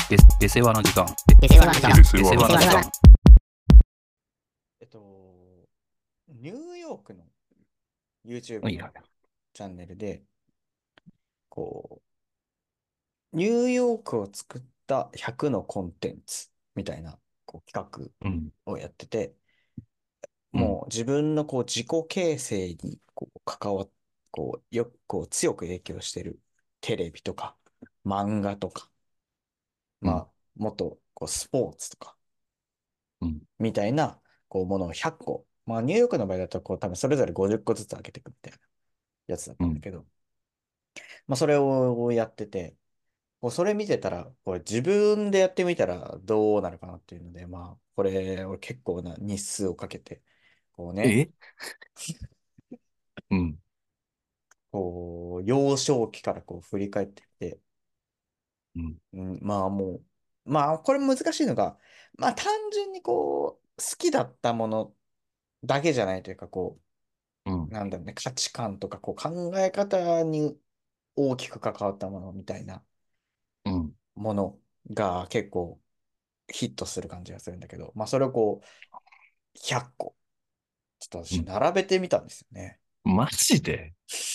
で世話の時間。 で世話の時間。 で世話の時間。 えっと、ニューヨークのい YouTube のやいや。 チャンネルで、こニューヨークを作った100のコンテンツみたいな企うん。 画をやってて、 うん。 もう自分の自己形成に関わっ、よく強く影響してるテレビとか漫画とか、まうん。 あ、もっとスポーツとかうん。 みたいなものを100個、まあニューヨークの場合だと多分それぞれ50個ずつ開けていくみたいなやつだっうん。 たんだけど、まあそれをやってて、それ見てたら、これ自分でやってみたらどうなるかなっていうので、まあ、これ、俺結構な日数をかけて、ね、 えうん。 幼少期から振り返ってきて、 うん。 うん、まあもう、まあ、これ難しいのが、まあ単純に好きだったものだけじゃないというか、 うん。 なんだろうね、価値観とか、考え方に大きく関わったものみたいなうん。 ものが結構ヒットする感じがするんだけど、まあそれを100個、ちょっと私うん。 並べてみたんですよね。 マジで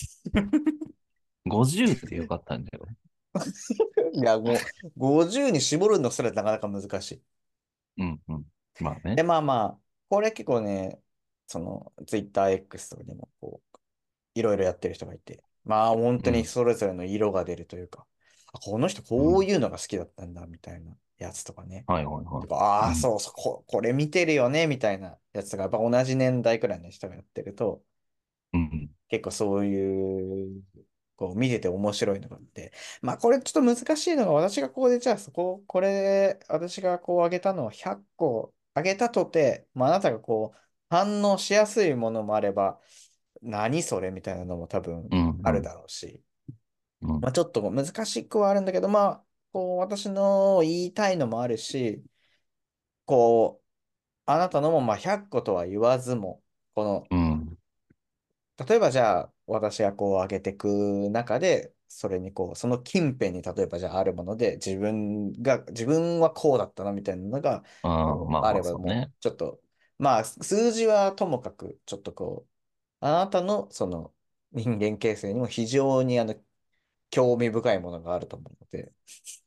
?50 でよかったんだよ。 いや、もう50に絞るのすらなかなか難しい。 うん。うん。まあね。 で、まあまあ、これ結構ね、その TwitterX とかにもいろいろやってる人がいて、まあ本当にうん。 それぞれの色が出るというか、あこの人うん。 こういうのが好きだったんだみたいなやつとかね。 はいはいはとか、あい。うあ、 ん。 そうそう、これ見てるよねみたいなやつが、やっぱ同じ年代くらいの人がやってると、 うん。 結構そういう、見てて面白いのがあって。まあこれちょっと難しいのが、私がじゃあこれ、私があげたのを100個あげたとて、まああなたが反応しやすいものもあれば、何それみたいなのも多分うん。うん。 あるだろうし。 うん。 まあちょっと難しくはあるんだけど、まあ、私の言いたいのもあるし、こう、あなたのもまあ100個とは言わずも、このうん。 例えばじゃあ、私が上げていく中で、それにその近辺に例えばじゃああるもので、自分はこうだったなみたいなのが、 ああ、まあまああればもう、 そうね。 ちょっと、まあ、数字はともかく、ちょっとあなたのその人間形成にも非常に興味深いものがあると思うので、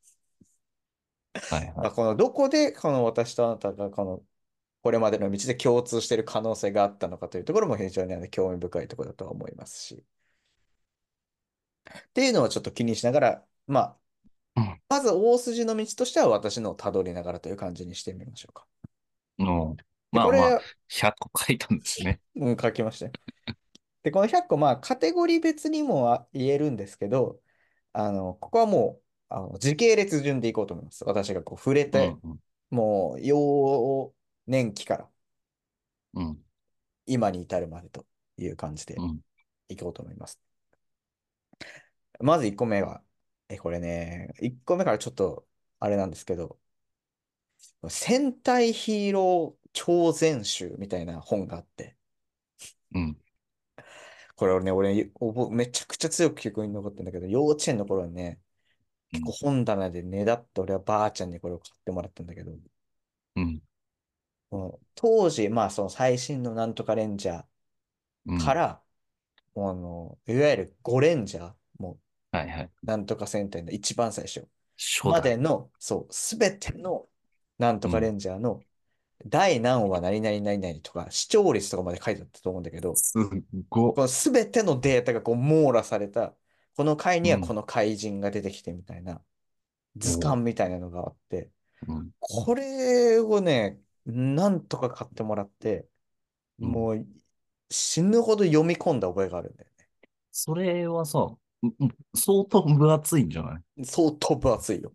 まあ、 はいはい。 どこで私とあなたがこれまでの道で共通している可能性があったのかというところも非常に興味深いところだとは思いますし。っていうのをちょっと気にしながら、まあ、 うんまず大筋の道としては私のをたどりながらという感じにしてみましょうか。 の、 で、 まあまあ、 これ、 100個書いたんですね。 うん、書きましたよ。で、この100個、まあ、カテゴリー別にも言えるんですけど、ここはもう、時系列順でいこうと思います。私が触れて、 うん。うん。 もう、幼年期からうん。 今に至るまでという感じでうん。 いこうと思います。まず1個目は、これね、1個目からちょっと、あれなんですけど、戦隊ヒーロー超全集みたいな本があって、 うん。 これ俺、めちゃくちゃ強く記憶に残ってるんだけど、幼稚園の頃にね、結構うん。 本棚でねだって俺はばあちゃんにこれを買ってもらったんだけど、 うん。 もう当時、まあその最新のなんとかレンジャーうん。 から、もういわゆるゴレンジャー、もうはいはい。 なんとか戦隊の一番最初初代。 までの、そう、すべてのなんとかレうん。 ンジャーの第何話何々何々とか視聴率とかまで書いてあったと思うんだけど、 すっご。 このすべてのデータが網羅された、この回にはこうん。 の怪人が出てきてみたいな図おう。 鑑みたいなのがあって、 うん。 これをね、なんとか買ってもらって、 うん。 もう死ぬほど読み込んだ覚えがあるんだよそれはさ、相当分厚いんじゃない？ ね。相当分厚いよ。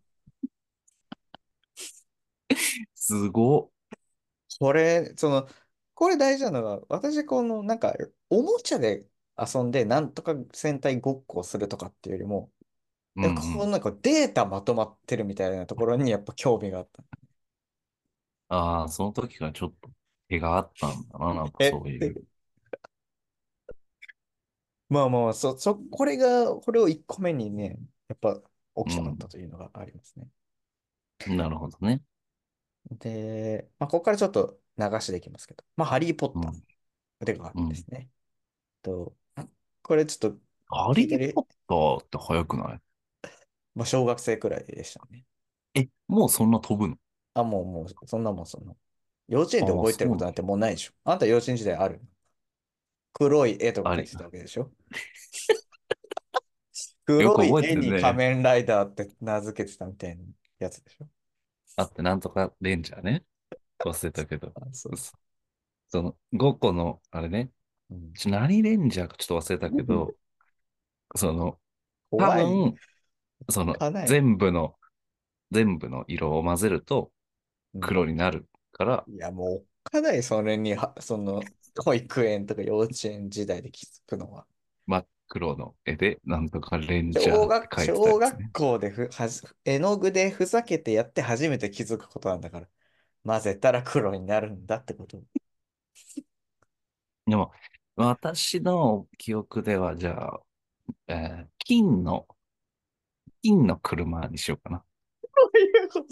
すご。 これ、これ大事なのが、私なんか、おもちゃで遊んでなんとか戦隊ごっこをするとかっていうよりも、 うんうん。 このなんかデータまとまってるみたいなところにやっぱ興味があった。 ああ、その時からちょっと手があったんだな、なんかそういう。 でまあまあ、これを1個目にね、やっぱ起きたかっうん。 たというのがありますね。 なるほどね。 で、まあ、ここからちょっと流しでいきますけど、まあ、ハリー・ポッタうん。 ーでがあっうん。 てですね。と、これちょっとハリー・ポ聞いてる、 ッターって早くない？ まあ、小学生くらいでしたね。 え、もうそんな飛ぶの？ あ、もう、そんなもん、そんな。幼稚園でああ、 覚えてるそうなんだ。 ことなんてもうないでしょ。あんた幼稚園時代ある？黒い絵とあり、 か描いてたわけでしょ？ よく黒い覚えて絵に仮るね。 面ライダーって名付けてたみたいなやつでしょ？ あってなんとかレンジャーね。忘れたけど。 あ、そうそその5個の、あれね。 う。うん。 何レンジャーかちょっと忘れたけど、その、多怖い。 分、その、 かない。 全部の色を混ぜるとうん。 黒になるから、 いや、もう、おっかない、それには、保育園とか幼稚園時代で気づくのは。 真っ黒の絵で、なんとかレンジャーって書いてた小学やつね。 校で絵の具でふざけてやって初めて気づくことなんだから。混ぜたら黒になるんだってこと。 でも、私の記憶では、じゃあ、金の車にしようかな。 どういうこと？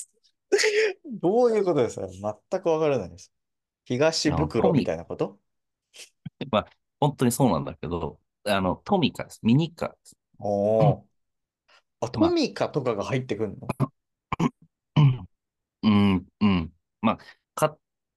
どういうことですか？全くわからないです。東トミ、 袋みたいなこと？ まあ、本当にそうなんだけど、トミカです。ミニカーです。 おおー。あ、トまあ、 ミカとかが入ってくるの？ うん、うん。まあ、買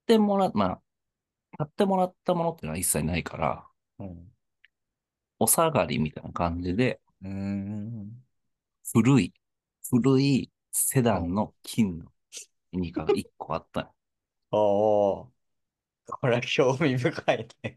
買ってもらったものっていうのは一切ないから、 うん。 お下がりみたいな感じで、 うーん。 古い、古いセダンうん。 の金のミニカーが1個あったの。 おお。これは興味深いね。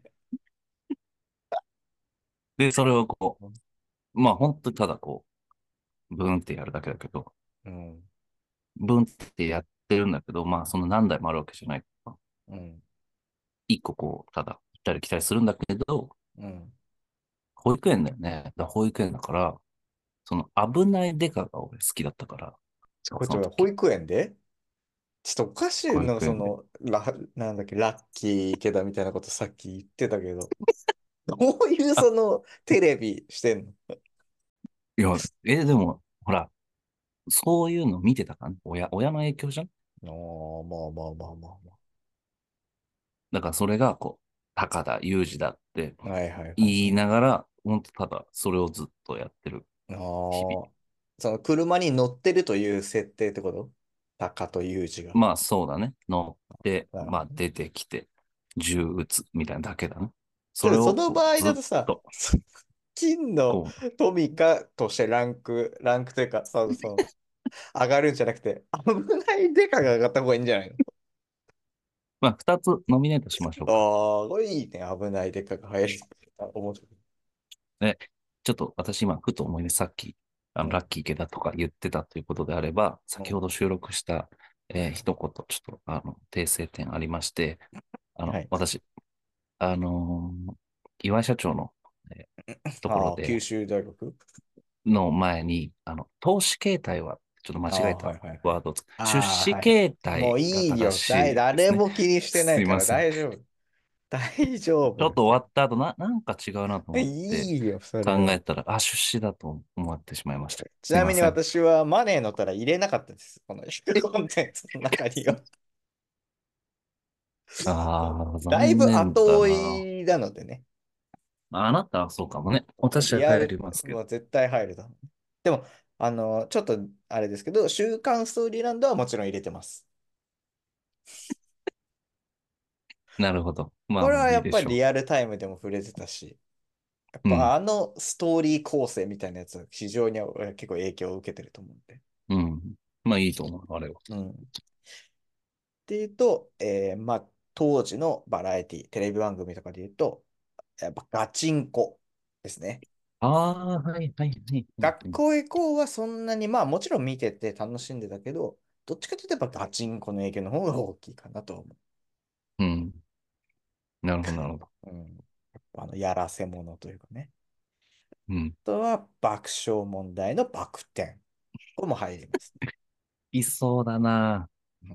で、それをこうん。 まあ本当にただブーンってやるだけだけど、 うん。 ブーンってやってるんだけど、まあその何台もあるわけじゃないから、 うん。 一個ただ行ったり来たりするんだけど、 うん。 保育園だよね。保育園だから、その危ないデカが俺好きだったから、 保その時、 育園でちょっとおかしいの、 保育園で。 なんだっけ、ラッキー池田みたいなことさっき言ってたけど、どういうあ、 テレビしてんいや、でも、ほら、そういうの見てたかな、親の影響じゃん。 の？ああ、まあまあまあまあまだからそれが、高田裕二だってあ。はいはいはい言いはい。 ながら、ほんとただそれをずっとやってるああ、 日々。 その車に乗ってるという設定ってこと？高と裕二が。 まあそうだね。乗って、 なるほど。 まあ出てきて、銃撃つみたいなだけだね。それけど、そをの場合ずっだとさ、 と、 金のこう、 トミカとしてランクというか、上がるんじゃなくて、危ないデカが上がった方がいいんじゃないの？ まあ二つノミネートしましょうか。 ああ、これいいね。危ないデカが入る。あ、面白い。 で、ちょっと私今、ふと思い出、さっき、 うん。 ラッキー池田とか言ってたということであれば、 うん。 先ほど収録した、一言、ちょっと、訂正点ありまして、 はい。 私、あのー岩井社長の、ところああ、九で、 州大学。 の前に、投資形態は、ちょっと間ああ、 違えたはいはいはい。 ワードを出ああ、はい。 資形もう態がいいよ。 正しいですね。 誰も気にしてないからすいません。 大丈夫。大丈夫です。 ちょっと終わった後、なんか違うなと思っていいよ、そ考れは。 えたら、あ、出資だと思ってしまいました。 ちなみにすいません。 私はマネーの虎入れなかったです。このコンテンツの中には。 ああ、 だいぶ残念だ後追な。 いなのでね。 あなたはそうかもね。私は帰リアル、 りますけど。 もう絶対入ると思う。でも、ちょっとあれですけど、週刊ストーリーランドはもちろん入れてます。 なるほど。まあまあこれはやっいいでしょぱりリアルタイムでも触れてたし、やっう。うん。 ぱストーリー構成みたいなやつは非常に結構影響を受けてると思うんで。 うん。まあいいと思う、あれは。 うん。っていうと、まあ、当時のバラエティ、テレビ番組とかで言うと、やっぱガチンコですね。 ああ、はいはいはい。 学校へ行こうはそんなに、まあもちろん見てて楽しんでたけど、どっちかというとやっぱガチンコの影響の方が大きいかなと思うん。なるほど、なるほど。 う。うん。やっぱやらせ者というかね。 うん。 あとは爆笑問題のバク転。これも入りますね。 いそうだな。 うん。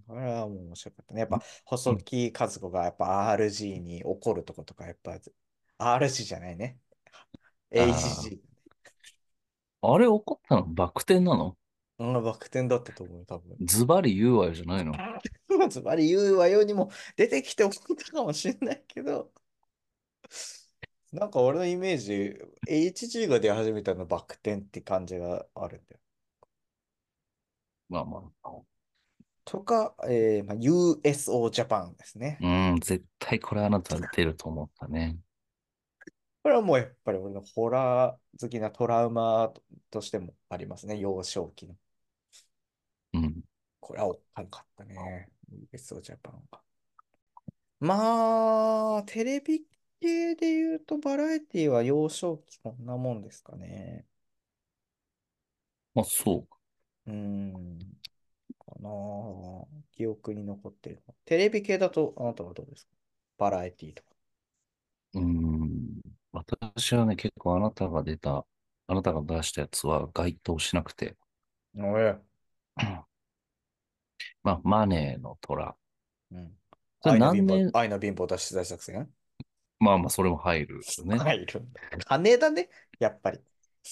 これはもう面白かったね。やっぱうん。 細木数子がやっぱ RG に怒るとことか、やっぱ RG じゃないね。 あ HG。 あ。あれ怒ったのバク転なの？ うん、バク転だったと思うよ、多分。 ズバリ言うわよじゃないの？ つまり言うわようにも出てきて思ったかもしれないけど、なんか俺のイメージ、HG が出始めたのバク転って感じがあるんだよ。 まあまあ。 とか、まあ、USO ジャパンですね。 うん、絶対これあなた出ると思ったね。 これはもうやっぱり俺のホラー好きなトラウマとしてもありますね、幼少期の。 うん。 これはおっかんかったね、USO ジャパンは。まあ、テレビ系で言うとバラエティは幼少期こんなもんですかね。 まあそうか。 うーん、かなあ。記憶に残ってるの。テレビ系だとあなたはどうですか？バラエティとか。 うん。私はね、結構あなたが出したやつは該当しなくて、 おい。 まあ、マネーの虎。 うん。 それ何年、 愛の貧乏脱出大作戦。 まあまあ、それも入るよね。 入るんだ。金だね。やっぱり。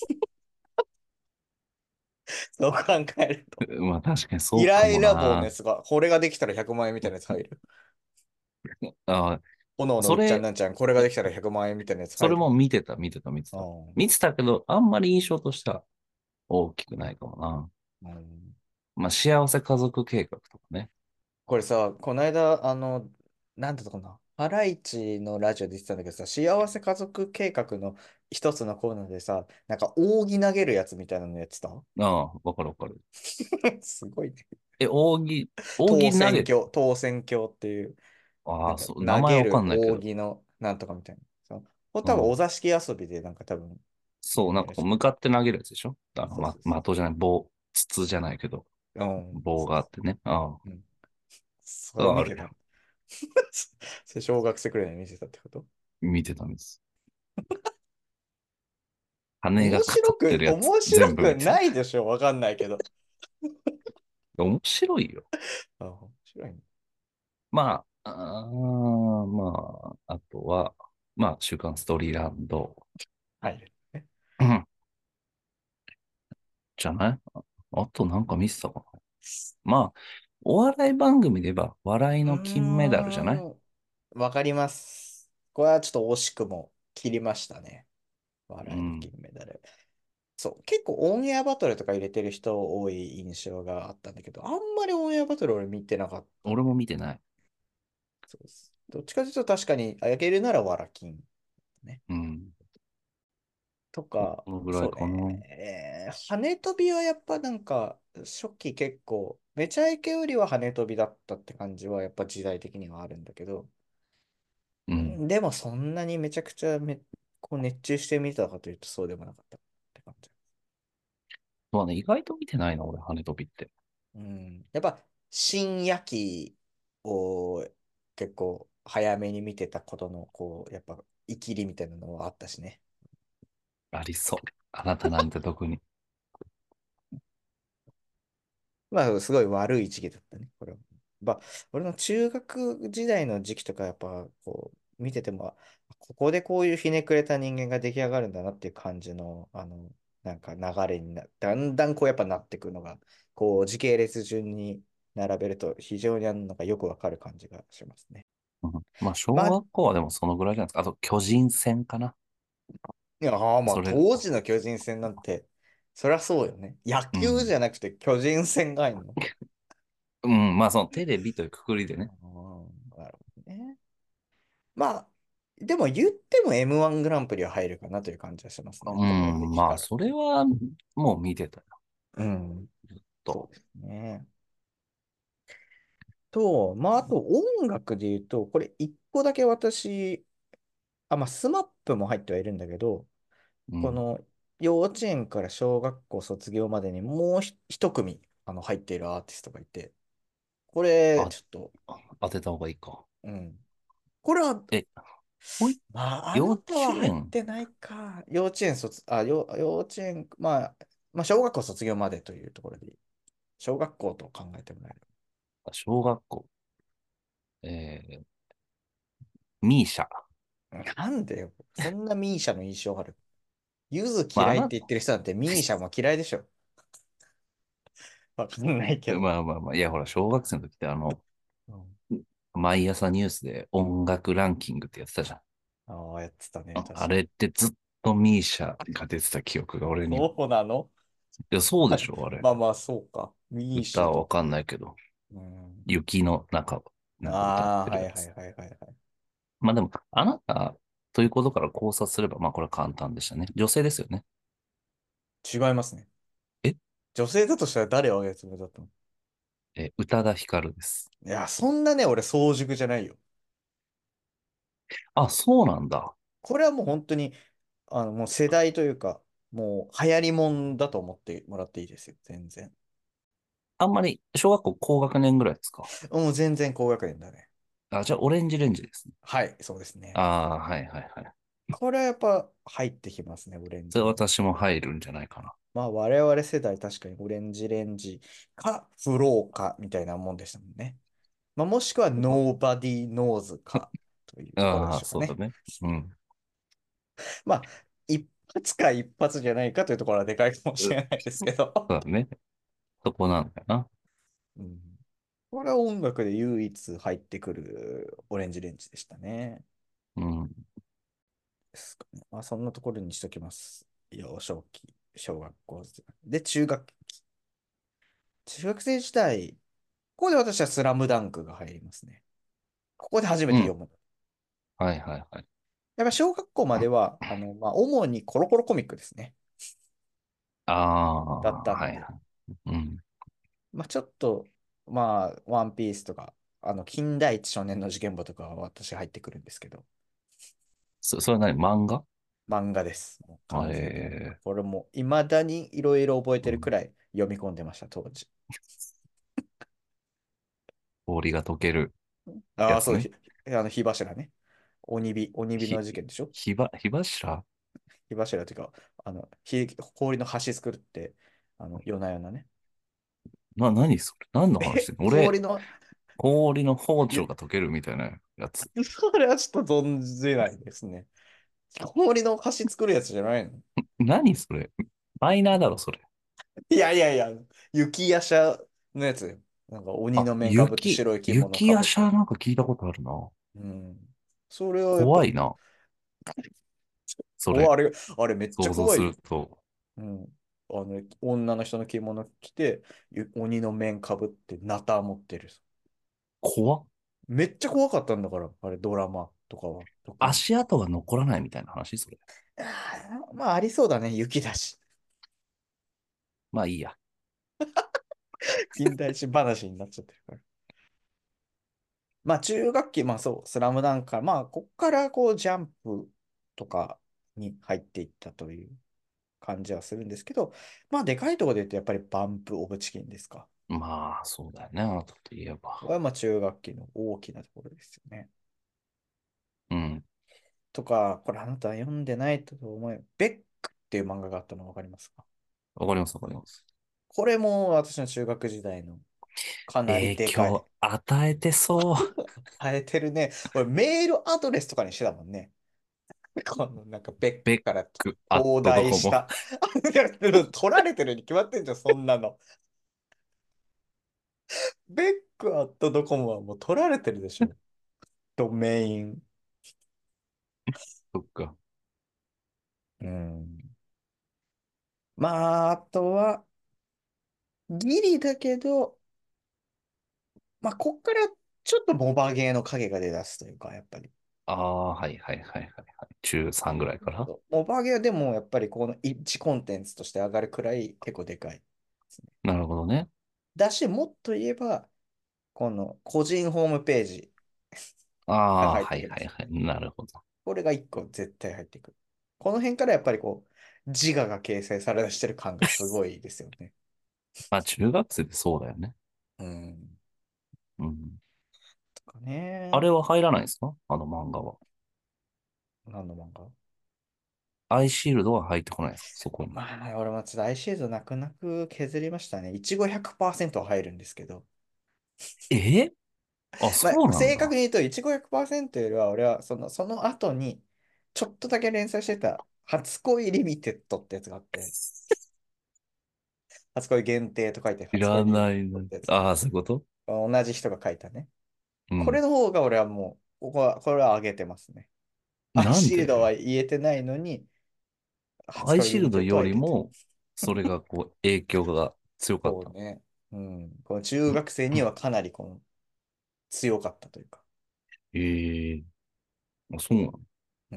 そう考えると。 まあ確かにそうかもイライラ棒のやな。 つが、これができたら100万円みたいなやつ入る。 あ、 炎のうっちゃんそれ、 なんちゃん、これができたら100万円みたいなやつそれ入る。 も見てた。 う見てたけど、あんまり印象としては大きくないかもな。 ん。うん。 まあ、幸せ家族計画とかね。 これさ、この間、なんだったかな。ハライチのラジオで言ってたんだけどさ、幸せ家族計画の一つのコーナーでさ、なんか扇投げるやつみたいなのやってた。 ああ、わかるわかる。 すごいね。 え、扇投げ、 当選鏡っていう、なああ、 んかそう、名前わか投げるんないけど。 扇のなんとかみたいな。これ多分おうん。 座敷遊びでなんか多分そう、なんかこう有名らしい。 向かって投げるやつでしょ？ そうそうそ的じゃない、筒じゃないけど、 う。うん。 棒そうそがあってね。あう。うん。そあ、 れを見てたんだ。 あるよ。 それ小学生くらいに見てたってこと？ 見てたんです。羽がかかってるやつ、 面白く全部見てた。 ないでしょ、わかんないけど。 面白いよ。 あ、面白いね。 まあ、まあ、あとは、まあ、週刊ストーリーランド。 入る。ね。 うんじゃないあとなんか見てたかな。まあ、お笑い番組で言えば、笑いうの金メダルじゃない？ ーん。わかります。これはちょっと惜しくも切りましたね。笑いのうん。 金メダル。そう。結構オンエアバトルとか入れてる人多い印象があったんだけど、あんまりオンエアバトル俺見てなかった俺もね。 見てない。 そうです。どっちかというと確かにあげるならわら金ね。 うん。 とか、 このぐらいそうかな。 ね。羽飛びはやっぱなんか、初期結構、めちゃイケよりは羽飛びだったって感じはやっぱ時代的にはあるんだけど、 うん。 でもそんなにめちゃくちゃこう熱中して見たかというとそうでもなかったって感じ。 そうね、意外と見てないな、俺、羽飛びって。 うん。やっぱ新夜期を結構早めに見てたことのこう、やっぱ生きりみたいなのはあったしね。 ありそう。あなたなんて特に。 まあ、すごい悪い時期だったね、これは。まあ、俺の中学時代の時期とか、やっぱ、こう、見てても、ここでこういうひねくれた人間が出来上がるんだなっていう感じの、なんか流れにだんだんこうやっぱなっていくのが、こう、時系列順に並べると非常になんかよくわかる感じがしますね。 うん、まあ、小まあ、 学校はでもそのぐらいじゃないですか。あと、巨人戦かな。 いや、まあ、 それ、 当時の巨人戦なんて、そりゃそうよね。野うん。 球じゃなくて巨人戦がいいの。 うん、まあ、そのテレビというくくりでね。 うん、なるほどね。まあ、でも言っても M1 グランプリは入るかなという感じはしますね。 うこのん、まあ、 時期から。 それはもう見てたよ。 うん。そうと。 ですね。まあ、あと音楽で言うと、これ一個だけ私、まあ、スマップも入ってはいるんだけど、 うん。 この幼稚園から小学校卒業までにもう一組入っているアーティストがいて、これ、 あ、 ちょっと、 当てた方がいいか。 うん。これは、 え、ほい、 まあ、あ幼稚なたは入っ園、 てないか。幼稚園卒、あ、幼稚園、まあ、小学校卒業までというところで、小学校と考えてもらえる。 小学校、えミーシャ。 なんでよ。そんなミーシャの印象ある。ゆずまあ、 嫌いって言ってる人なんてミーシャも嫌いでしょ。 わかんないけど。 まあまあまあ、いや、ほら、小学生の時ってうん、 毎朝ニュースで音楽ランキングってやってたじゃん。 ああ、やってたね。確かに。 あれってずっとミーシャが出てた記憶が俺には。 そうなの？ いや、そうでしょ、あれ。 まあまあ、そうか。ミーシャとか。 歌はわかんないけど、 うん。 雪の中、なんか歌っああ、 てるやつ。 はいはいはいはいはい。 まあでも、あなたということから考察すれば、まあこれは簡単でしたね。女性ですよね。 違いますね。 え女性だとしたら誰を挙げるつもりだったの？ 宇多田ヒカルです。 いや、そんなね、俺、早熟じゃないよ。 あ、そうなんだ。 これはもう本当に、もう世代というか、もう流行りもんだと思ってもらっていいですよ。全然。 あんまり、小学校高学年ぐらいですか？ もう全然高学年だね。 あ、じゃあ、オレンジレンジですね。 はい、そうですね。 ああ、はいはいはい。 これはやっぱ入ってきますね、オレンそれジレンジ。 私も入るんじゃないかな。 まあ我々世代確かにオレンジレンジかフローかみたいなもんでしたもんね。まあ、もしくは Nobody Knows かというところでああ、 しょうかね。 そうだね。うん。 まあ一発か一発じゃないかというところはでかいかもしうれないですけど。 そうだね。そこなんだよな。 うん、これは音楽で唯一入ってくるオレンジレンジでしたね。 うん。 ですかね。まあそんなところにしときます。幼少期、小学校で中学、中学生時代、ここで私はスラムダンクが入りますね。ここで初めうん。 て読む。 はいはいはい。 やっぱ小学校までは、まあ、主にコロコロコミックですね。 ああ、 だったので、 はいはい。うん。 まあ、ちょっと、まあ、ワンピースとか、金田一少年の事件簿とかは私入ってくるんですけど、 それは何漫画？ 漫画です。もう完全に漫画。 ええこれも、未だにいろいろ覚えうん。 てるくらい読み込んでました、当時。 氷が溶けるああ、そう、 やつね。 火柱ね。鬼火のひ、 事件でしょ？ 火柱。 火柱っていうか、氷の橋作って、夜な夜なね。 何それ何の話してんの？俺、 氷の、 氷の包丁が溶けるみたいなやつ。 それはちょっと存じないですね。氷の橋作るやつじゃないの？ 何それ？マイナーだろ、それ。 いやいやいや、雪夜叉のやつよ。なんか鬼あ、 の面かぶって白い着物雪夜かぶった。 叉なんか聞いたことあるな。 うん。それはやっぱ、 怖いな、それ。 あれ、あれめっちゃ想像す怖いよ。 ると。 うん。女の人の着物着て、鬼の面かぶってナタ持ってる。 怖っ。 めっちゃ怖かったんだから、あれドラマとかは特に。 足跡が残らないみたいな話それ。 まあ、ありそうだね、雪だし。 まあいいや。 近代史話になっちゃってるから。まあ中学期、まあそう、スラムダンクから、まあこっからこうジャンプとかに入っていったという感じはするんですけど、まあでかいところで言うとやっぱりバンプオブチキンですか。 まあ、そうだよね。あなたといえば。 これはまあ中学期の大きなところですよね。 うん。 とか、これあなたは読んでないと思う。ベックっていう漫画があったの分かりますか？ わかります、わかります。 これも私の中学時代のかなり影でかい。 響与えてそう。 変えてるね。これメールアドレスとかにしてたもんね。このなんかベッベックからク、アッ東トドコモ。 大した。取られてるに決まってんじゃん、そんなの。ベックアットドコモはもう取られてるでしょ。ドメイン。 そっか。 うん。まあ、あとは、ギリだけど、まあ、こっからちょっとモバゲーの影が出だすというか、やっぱり。 ああ、はいはいはいはいはい。中3ぐらいから。 モバゲーでもやっぱりこの一コンテンツとして上がるくらい結構でかいですね。 なるほどね。 だし、もっと言えば、この個人ホームページがああ、 入っはてくるんですよ。 いはいはい。なるほど。 これが一個絶対入ってくる。この辺からやっぱりこう、自我が形成されだしてる感がすごいですよね。 まあ中学生でそうだよね。 うん。 うん。 とかね。 あれは入らないんですか？あの漫画は。 何の漫画？ アイシールドは入ってこないですかそこに？ まあ、俺もちょっとアイシールド泣く泣く削りましたね。いちご100%は入るんですけど。 えあ、 まあ、 そうなんだ。 正確に言うと、いちご100%よりは、俺はその後に、ちょっとだけ連載してた、初恋リミテッドってやつがあって、 初恋限定と書いていら初恋でないな。 撮ったやつね。 ああ、そういうこと？ 同じ人が書いたね。これうん。 の方が俺はもう、これは上げてますね。アイなんシールドはで？ 言えてないのに、初アイ恋限定とはシールドよ入れてる。 りも、それがこう、影響が強かった。 そうね。うん。この中学生にはかなりこの強かったというか。 ええ、あ、そうなの？ うん。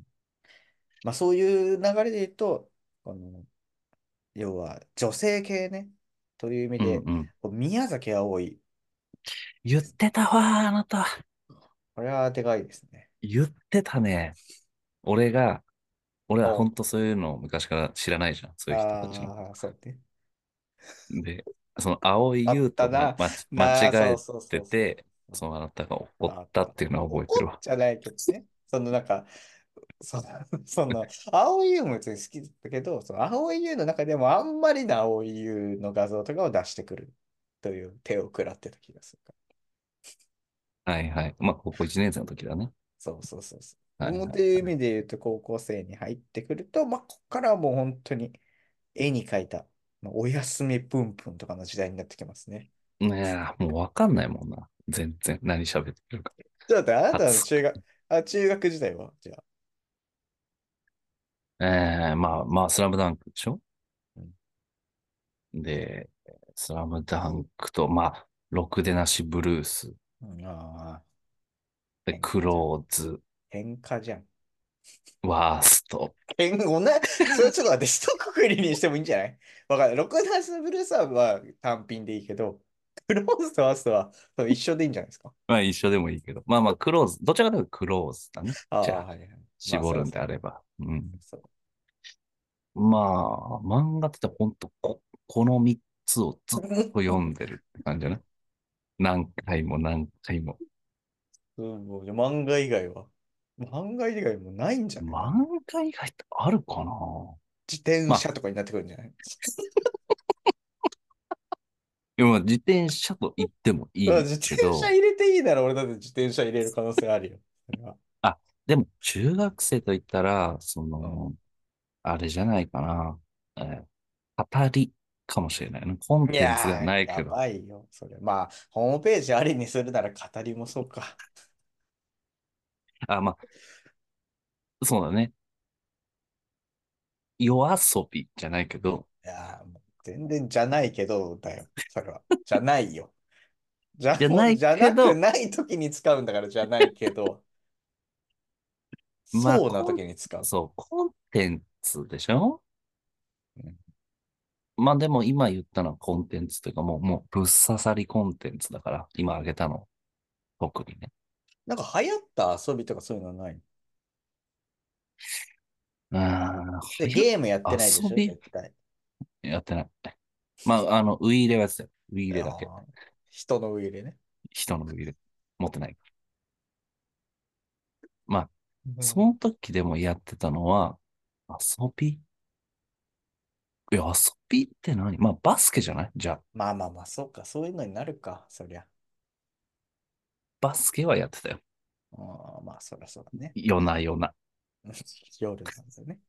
まあそういう流れで言うと、この、要は女性系ね。という意味で、 うんうん。 こう宮崎あおい、 言ってたわ、あなた。 これはでかいですね。 言ってたね。俺が、俺はお、 本当そういうのを昔から知らないじゃん。そういう人たちの。 ああ、そうね。 で、その青井あっ優と、 たな。 間なあ、そう違えそうそうそうてて、 そう。 そのあなたが怒っあった。 たっていうのは覚えてるわ。 怒っちゃないけどね。そのなんか、その、その、青い優も別に好きだったけど、その青い優の中でもあんまりな青い優の画像とかを出してくるという手を食らってた気がするから。 はいはい。まあ、高校1年生の時だね。 そうそうそうそう。 はいはっていう意いはい。 味で言うと、高校生に入ってくると、まあ、ここからはもう本当に絵に描いた、まあ、おやすみぷんぷんとかの時代になってきますね。 ねえ、もうわかんないもんな。全然何喋ってるか。 ちょっと待って、あなたの初。 中学時代はじゃあ。 まあ、スラムダンクでしょ？ うん。 で、スラムダンクと、まあ、ろくでなしブルース、 うんああ、 で、ク喧嘩じゃん。 ローズ、 喧嘩じゃん。 ワースト。 それちょっと待って、一括りにしてもいいんじゃない？わかんない。ロックダンスブルースは単品でいいけど、クローズとアースは多分一緒でいいんじゃないですか？ まあ、一緒でもいいけど。まあまあ、クローズ。どちらかというとクローズだね。 ああ、 じゃあ、 はいはい。まあ、 絞るんそりゃそうね。 であれば。うん。 そう。 まあ、漫画って本当この3つをずっと読んでるって感じだね。何回も何回も。 じゃあ漫画以外もないんじゃないかな。 漫画以外ってあるかな？ 自転まあ、 車とかになってくるんじゃない？ 今、自転車と言ってもいい自転車けど、 入れていいなら俺だって自転車入れる可能性あるよ。それは。 あ、でも、中学生と言ったら、 うん。 あれじゃないかな。語りかもしれないな。コンいテンツではやー、やないけど。 ばいよ、それ。まあ、ホームページありにするなら語りもそうか。 あ、まあ、そうだね。夜遊びじゃないけど、 いやー、もう全然じゃないけどだよ、それは。じゃないよ。じゃ、 じゃないじゃなくけど、 ない時に使うんだからじゃないけど、 まあ、 そうな時に使う。 そう、コンテンツでしょ？ うん。 まあでも今言ったのはコンテンツというかもうぶっ刺さりコンテンツだから、今挙げたの、特にね。 なんか流行った遊びとかそういうのはない？ うーん、 で、 流行っゲームやってないでしょ遊び絶対。 やってない。まあ、ウイイレはやってたよ。ウイイいやレだけ。 ー、人の上でね。 人のウイイレ。持ってない。まあ、そうん。 の時でもやってたのは、遊び遊びって何？まあ、バスケじゃない？じゃあ、 まあまあまあ、そうか、そういうのになるか、そりゃ。 バスケはやってたよ。 まあ、そりゃそうだね。 夜な夜な。 夜なんだね。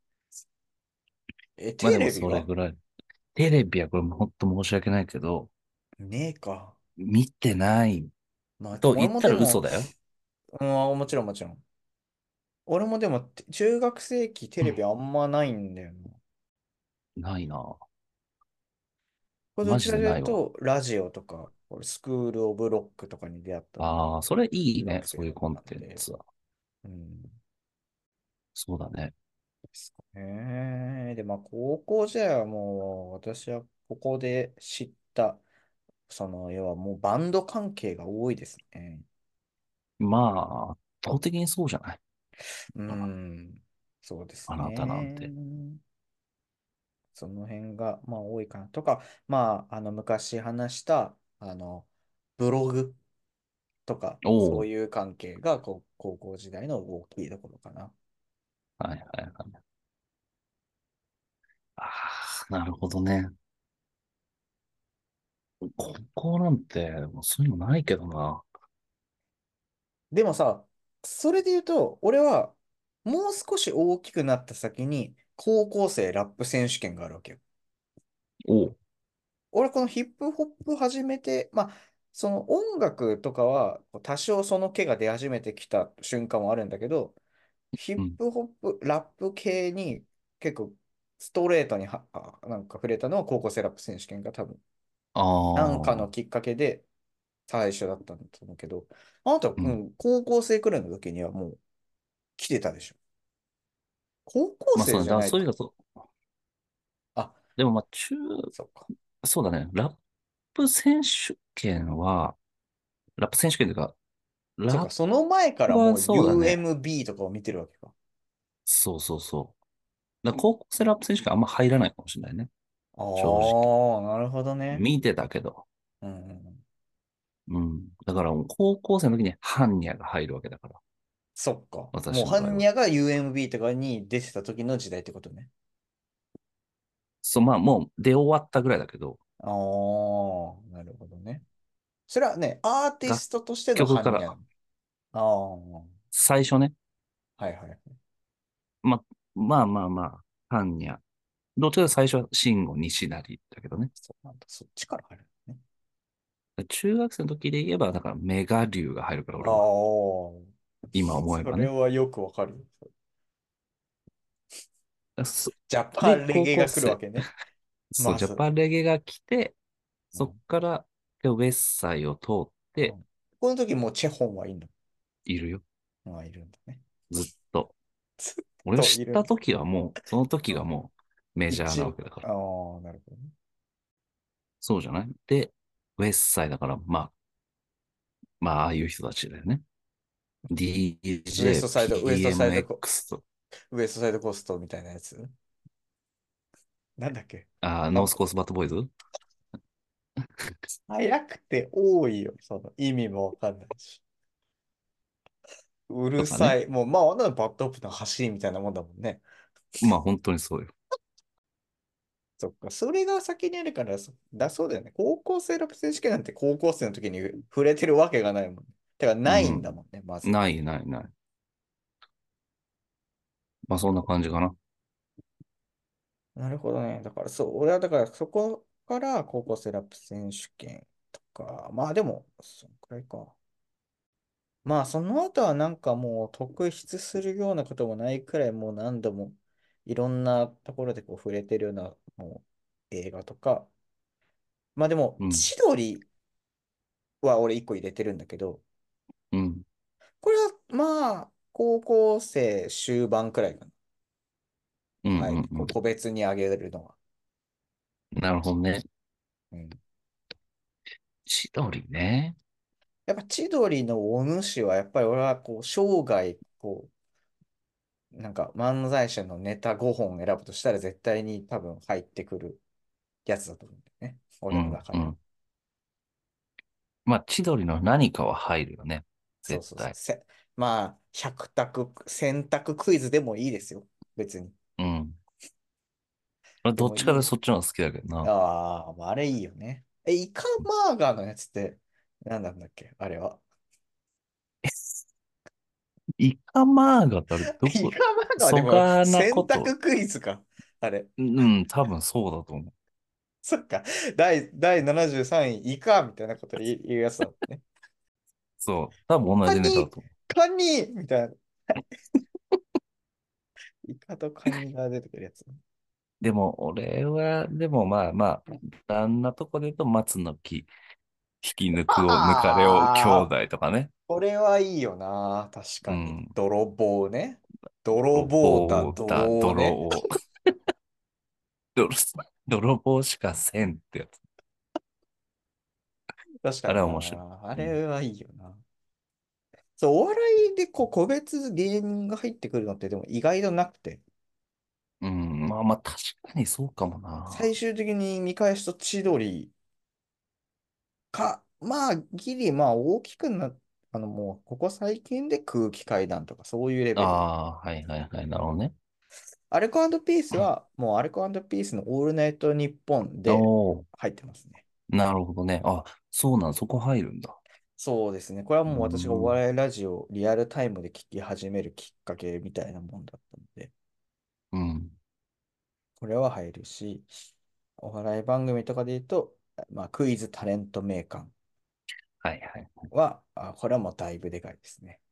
まあでもテレビはそれぐらい。テレビはこれも本当申し訳ないけど、 ねえか。 見てないまあ、俺と言ったら嘘もでも、 だよ。 もちろんもちろん。俺もでも、中学生期テレビうん。 あんまないんだよな。 ないな。 これどマちらかというジでないわ。 と、ラジオとか、これスクールオブロックとかに出会ったのがああ、それいいね。 中学生だっそういうコンたんで、 テンツは。 うん。 そうだね。 ですかね。で、まあ、高校時代はもう、私はここで知った、要はもうバンド関係が多いですね。 まあ、圧倒的にそうじゃない？ うん、そうですあなたなんて。 ね。その辺が、まあ、多いかな。とか、まあ、昔話した、ブログとか、 おお。 そういう関係が、高校時代の大きいところかな。 はいはいはい。ああ、なるほどね。高校なんて、もうそういうのないけどな。 でもさ、それで言うと、俺は、もう少し大きくなった先に、高校生ラップ選手権があるわけよ。 おう。 俺このヒップホップ始めて、まあ、その音楽とかは多少その気が出始めてきた瞬間もあるんだけど、ヒッうん。 プホップ、ラップ系に結構ストレートになんか触れたのは高校生ラップ選手権が多分あなんかのあ。 きっかけで最初だったんだと思うけど、あなた、 うん。 高校生くらいの時にはもう来てたでしょ。高校まあ、 生そうだ、 じゃないか。 そういうこと。 あ、 でもまあ、 そっか。 そうだね。ラップ選手権は、ラップ選手権というか、 そっか、 ラッその前からプはもうそうだね。 UMB とかを見てるわけか。 そうそうそう。高校生ラップ選手権あんま入らないかもしれないね。 あ正直。 あ、なるほどね。 見てたけど。 うんうんうん。 うん。だから高校生の時にハンニャが入るわけだから。 そっか。もう、 私の場合は。 般若が UMB とかに出てた時の時代ってことね。 そう、まあもう出終わったぐらいだけど、 ああ、なるほどね。それはね、アーティ楽ストとしての曲から、 般若なの。ああ、は最初ね、 いはいはい。 ま、まあ、ハンニャ。どっちかというと最初は慎吾西成だけどね。 そうなんだ。そっちから入るのね。 中学生の時で言えば、だからメガ流が入るから、 あ俺は。 あ、 今思えばね。 それはよくわかるよ。 そジャパで、 ンレ高ゲエが来るわ校生。 けね。 そう、ジャまず。 パレゲが来て、そっうんから、ウェッサイを通ってうん、この時もうチェホンはいんの？ いるよ。 ああ、いるんだね。 ずっと。 ずっ俺が知っといるんだ。 た時はもう、その時がうん、 もうメジャーなわ一、 けだから。 ああ、なるほどね。 そうじゃないで、ウェッサイだから、ああいう人たちだよね。 ウエス DJ、 トサイド、ウエストサイドコ、 PMX と、 ウエストサイドコーストみたいなやつ。なんだっけ？ ノーあ、 スコースバットボーイズ早くて多いよ。その意味もわかんないし。うとかね。 るさい。もう、まあ、あんなのバッドアップの走りみたいなもんだもんね。 まあ本当にそうよ。 そっか。それが先にあるから、そうだよね。高校生ラップ選手権なんて高校生の時に触れてるわけがないもん。てか、ないんだうん。 もんね、まず。 ないないない。まあそんな感じかな。 なるほどね。だからそう、俺はだからそこから高校生ラップ選手権とか、まあでも、そのくらいか。まあその後はなんかもう特筆するようなこともないくらいもう何度もいろんなところでこう触れてるようなもう映画とか、まあでもうん。 千鳥は俺一個入れてるんだけど、 うん。 これはまあ高校生終盤くらいかな。 うんはい。 うん個別にあげるのは。 うん。なるほどね。 うん。 千鳥ね。 やっぱ千鳥のお主はやっぱり俺はこう生涯なんか漫才師のネタ5本選ぶとしたら絶対に多分入ってくるやつだと思うんだよね。俺のうん、 中では。 うん。まあ千鳥の何かは入るよね。 そうそうそう。 絶対。 まあ、100択、選択クイズでもいいですよ。別に。 うん。俺でどっちかでもいい。 そっちの方が好きだけどな。 ああ、まあ、あれいいよね。イカマーガーのやつって何なんだっけあれは。 イカマーガってあれどこ、 イカマーガーはでもそがなこと。 選択クイズか。あれ。 うん、多分そうだと思う。 そっか。第73位、イカみたいなことで言うやつだもんね。 そう。多分同カニ、 じネタだと思う。 カニみたいな。イカとカニが出てくるやつ。 でも、俺は、でもあんなとこで言うと、松の木、引き抜くを抜かれを兄ああ、 弟とかね。 これはいいよな。確かに。 うん。 泥棒ね。泥棒だ、 泥棒だ、 泥ね。 泥を、泥、泥棒しかせんってやつ。 確かにあれは面白い。 な。あうん。 れはいいよな。そう、お笑いでこう個別芸人が入ってくるのってでも意外となくて、 うん、まあ確かにそうかもな。 最終的に見返すと千鳥か、まあギリ、まあ大きくな、もうここ最近で空気階段とかそういうレベル。 ああ、はいはいはい、なるほどね。 アルコピースはもうアルコピースのオールナイトニッポンでおお、 入ってますね。 なるほどね。あ、そうなん、そこ入るんだ。 そうですね。これはうもう私がおん、 笑いラジオをリアルタイムで聞き始めるきっかけみたいなもんだったので、 うん、 これは入るし、 お笑い番組とかで言うと、まあ、クイズタレント名鑑はいはい。 は、これはもうだいぶでかいですね。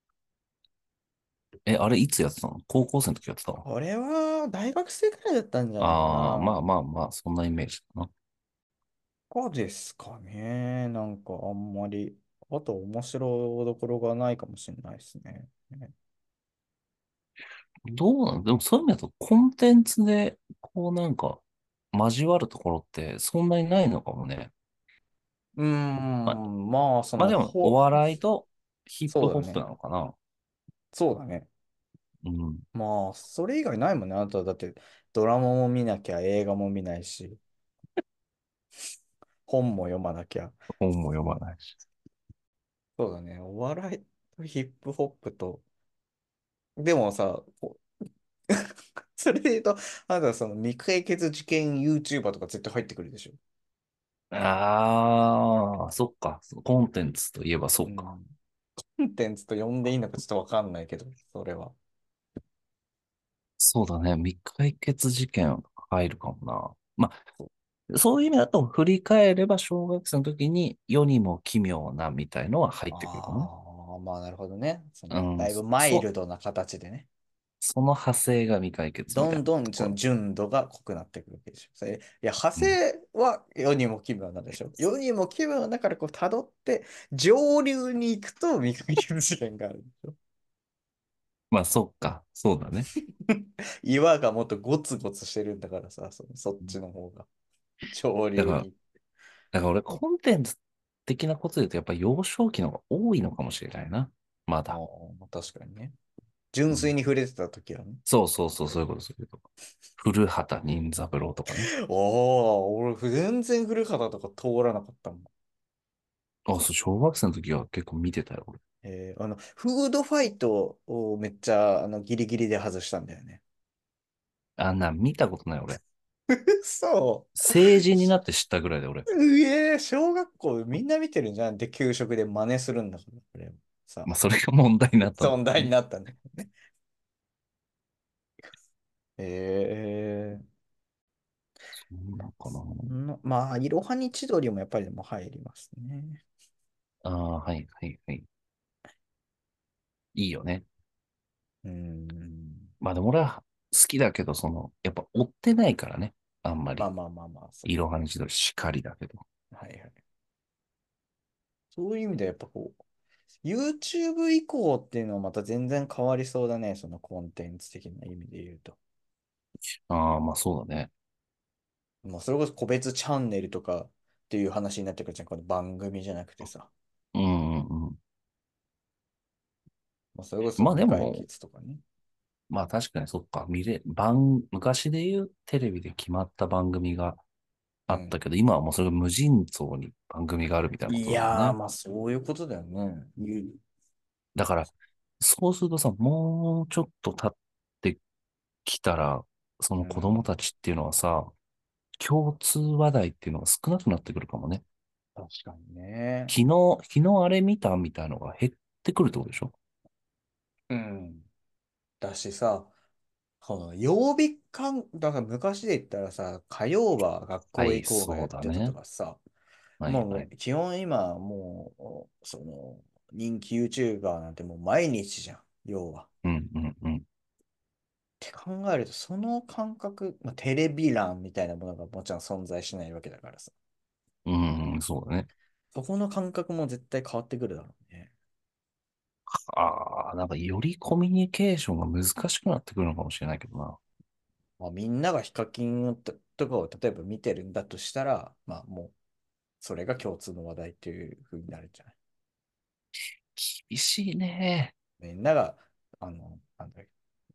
え、あれいつやってたの？高校生の時やってたの？ これは大学生くらいだったんじゃないかああー、まあな。 まあまあ、そんなイメージだな。 かですかね。なんかあんまり、あと面白いどころがないかもしれないですね。 どうなの？でもそういう意味だとコンテンツで、こうなんか、交わるところってそんなにないのかもね。まあ、 まあ、 まあでも、お笑いとヒップホップそうだね。 なのかな。 そうだね。 うん。 まあ、それ以外ないもんね。あなたはだって、ドラマも見なきゃ、映画も見ないし、本も読まなきゃ。 本も読まないし。 そうだね。お笑いとヒップホップと、でもさ、それで言うと、あなたはその未解決事件 YouTuber とか絶対入ってくるでしょ。 ああ、そっか。コンテンツといえばそうか。 うん。コンテンツと呼んでいいのかちょっとわかんないけど、それは。 そうだね。未解決事件入るかもな。まそう。 あ、そういう意味だと、振り返れば小学生の時に世にも奇妙なみたいのは入ってくるかもね。 ああ、まあなるほどね。その、 うん、 だいぶマイルドな形でね。 その派生が未解決みたいなどんどんそのところ。 純度が濃くなってくるわけでしょ。いや、派うん。 生は世にも奇妙なんでしょ。世にも奇妙だからこう辿って、上流に行くと未解決事件があるんでしょ。 まあ、そっか。そうだね。 岩がもっとゴツゴツしてるんだからさ、そっうん。 ちの方が。上だから、 流に。 俺、コンテンツ的なことで言うと、やっぱ幼少期の方が多いのかもしれないな。まあだ。 あ、確かにね。純粋うん。 に触れてた時はね。 そうそうそう、そういうこと、そういうこと。古畑任三郎とかね。 ああ、俺全然古畑とか通らなかったもん。 あ、そう、小学生の時は結構見てたよ、俺。 フードファイトをめっちゃギリギリで外したんだよね。 あんな、見たことない、俺。 そ成人になって知ったぐらいで、俺。 う。うえー、小学校みんな見てるんじゃん。で、給食で真似するんだから、これ。さ、 まあ、それが問題になったんだ存在にけどね。 なったんだよね。えそうなのかな。 まあ、いろはに千鳥もやっぱりでも入りますね。 ああ、はい、はい、はい。いいよね。 うーん。 まあ、でも俺は好きだけど、やっぱ追ってないからね。あんまり。 まあまあまあまあ、そいろはに千鳥しかりだけど。 う。はいはい。そういう意味でやっぱこう、YouTube 以降っていうのはまた全然変わりそうだね。そのコンテンツ的な意味で言うと。 ああ、まあそうだね。 まあ、それこそ個別チャンネルとかっていう話になってくるじゃん。この番組じゃなくてさ。 うん、うん、うん。 まあ、それこそまあ未解でも、 決とかね。 まあ確かにそっか。昔で言うテレビで決まった番組があうん。 ったけど、今はもうそれが無尽蔵に番組があるみたいなこいやー、 とだもんね。 まあそういうことだよね。 だから、そうするとさ、もうちょっと経ってきたら、そうの子供たん。 ちっていうのはさ、共通話題っていうのが少なくなってくるかもね。 確かにね。 昨日あれ見たみたいなのが減ってくるってことでしょ？ うん。だしさ、この曜日感、だから昔で言ったらさ、火曜は学はい、 校へ行こうがそやってたとうだね。 かさ、 はい、はい。 もう基本今、もう、人気 YouTuber なんてもう毎日じゃん、要は。 うん、うん、うん。 って考えると、その感覚、まあ、テレビ欄みたいなものがもちろん存在しないわけだからさ。 うん、うんそうだね。 そこの感覚も絶対変わってくるだろうね。 ああ、なんかよりコミュニケーションが難しくなってくるのかもしれないけどな。 まあ、みんながヒカキンとかを例えば見てるんだとしたら、まあもう、それが共通の話題っていう風になるんじゃない？ 厳しいね。 みんなが、なんだっけ、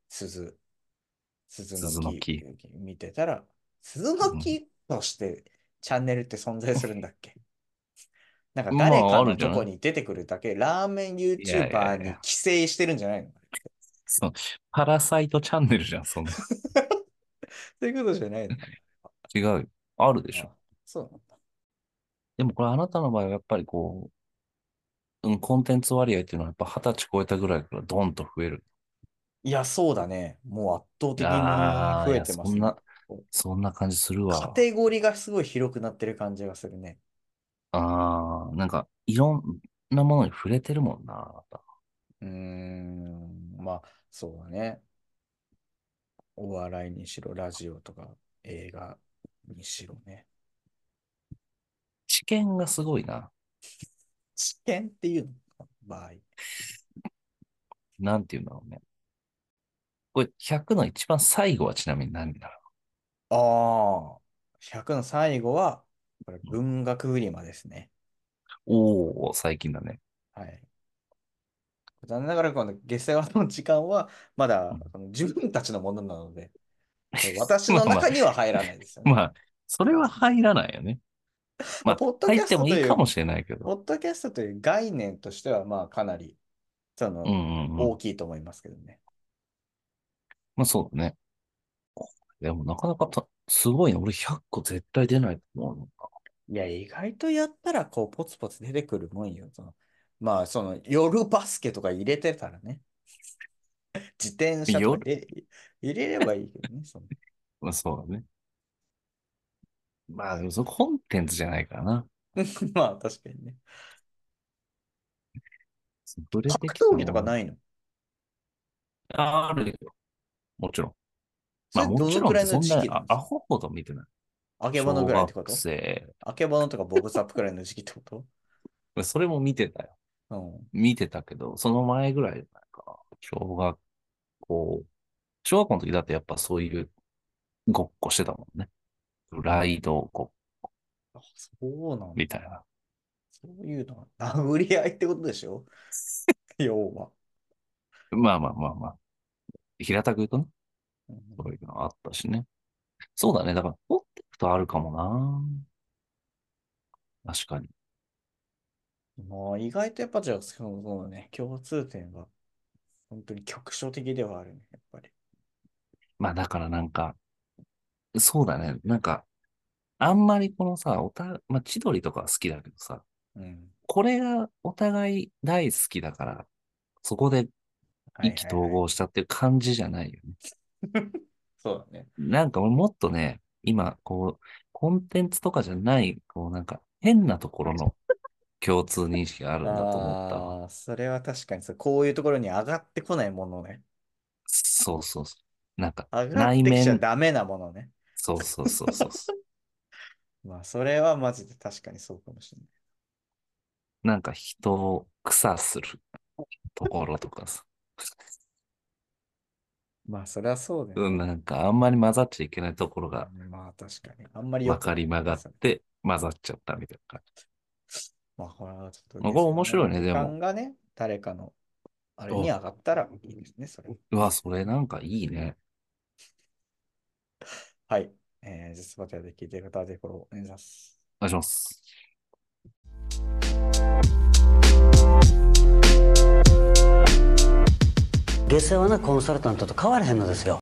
鈴の木鈴の木。 見てたら、鈴うん。 の木としてチャンネルって存在するんだっけ？なんかまあ、 誰かのあるんじゃない？ とこに出てくるだけ、ラーメンいやいや YouTuber いや。 に寄生してるんじゃないの？ そう、パラサイトチャンネルじゃん、そんな。 そういうことじゃないのか違うよ。あるでしな。 ょ。 あ、そうなんだ。 でもこれあなたの場合はやっぱりうん、コンテンツ割合っていうのはやっぱ20歳超えたぐらいからドンと増える。 いや、そうだね。もう圧倒的にああ、いや、 増えてますね。 そんな感じするカわ。 テゴリーがすごい広くなってる感じがするね。 ああ、なんか、いろんなものに触れてるもんな。 まあ、そうだね。お笑いにしろ、ラジオとか映画にしろね。 知見がすごいな。 知見っていうの場合。 なんていうんだろうね。これ、100の一番最後はちなみに何だろああ、100の最後は、これう。うん、 文学フリマですね。 おお、最近だね。 はい。残念ながら、この下世話の時間は、まだうんこの自分たちのものなので、私まあまあ、 の中には入らないですよね。 まあ、それは入らないよね。 まあ、 まあ、入ってもいいかもしれないけど。 ポッドキャストという概念としては、まあ、かなり、 うんうんうん。 大きいと思いますけどね。 まあそうだね。でもなかなかすごいね。俺100個絶対出ないと思うの。 いや、意外とやったら、こう、ポツポツ出てくるもんよ。まあ、夜バスケとか入れてたらね、自転車とか夜、 入れればいいけどね、 まあそうだね。まあでもそのコンテンツじゃないからな。 まあ、確かにね。 触れてきた格闘技とかもないの？ あるよ。もちろん。 それまあもちろんってどのくらいのそんなに時期なんですか？ アホほど見てない。 あけぼのぐらいって小学こと生。 あけぼのとかボブサップくらいの時期ってこと？ それも見てたよ。 うん。 見てたけど、その前ぐらいじゃないかな。校、小学校の時だってやっぱそういうごっこしてたもんね。ライドごっこあ、そうなんだ。 みたいな。 そういうのは殴り合いってことでしょ？要は。 まあまあまあまあ。平たく言うとね、 うん。 そういうのあったしね。そうだね。だから、持っていくとあるかもな。確かに。 まあ、意外とやっぱじゃあ、そうね、共通点は本当に局所的ではあるね、やっぱり。 まあだからなんか、そうだね。なんか、あんまりこのさ、まあ千鳥とかは好きだけどさ、 うん。 これがお互い大好きだから、そこでは意気投いはいはい。 合したっていう感じじゃないよね。 そうだね。 なんかもっとね、今、こう、コンテンツとかじゃない、こうなんか変なところの共通認識があるんだと思ったわ。 ああ、それは確かにそう、こういうところに上がってこないものね。 そうそうそう。なんか上がってきちゃ内面、 ダメなものね。 そうそうそうそう。 まあ、それはマジで確かにそうかもしれない。 なんか人を草するところとかさ。 まあ、それはそうだようん、 ね。 なんかあんまり混ざっちゃいけないところがまあ、確かに。あんまり良分くないよね、 かり曲がっそれ。 て混ざっちゃったみたいな感じ。 まあ、これはちょっとまあ、これ下世話面白いね、 の時でも。 間がね、誰かのあれにお、 上がったらいいですね、それ。 うわ、それなんかいいね。 はい。実スで聞いてる方はぜひフォローお願いします。 お願いします。 下世話なコンサルタントと変わらへんのですよ。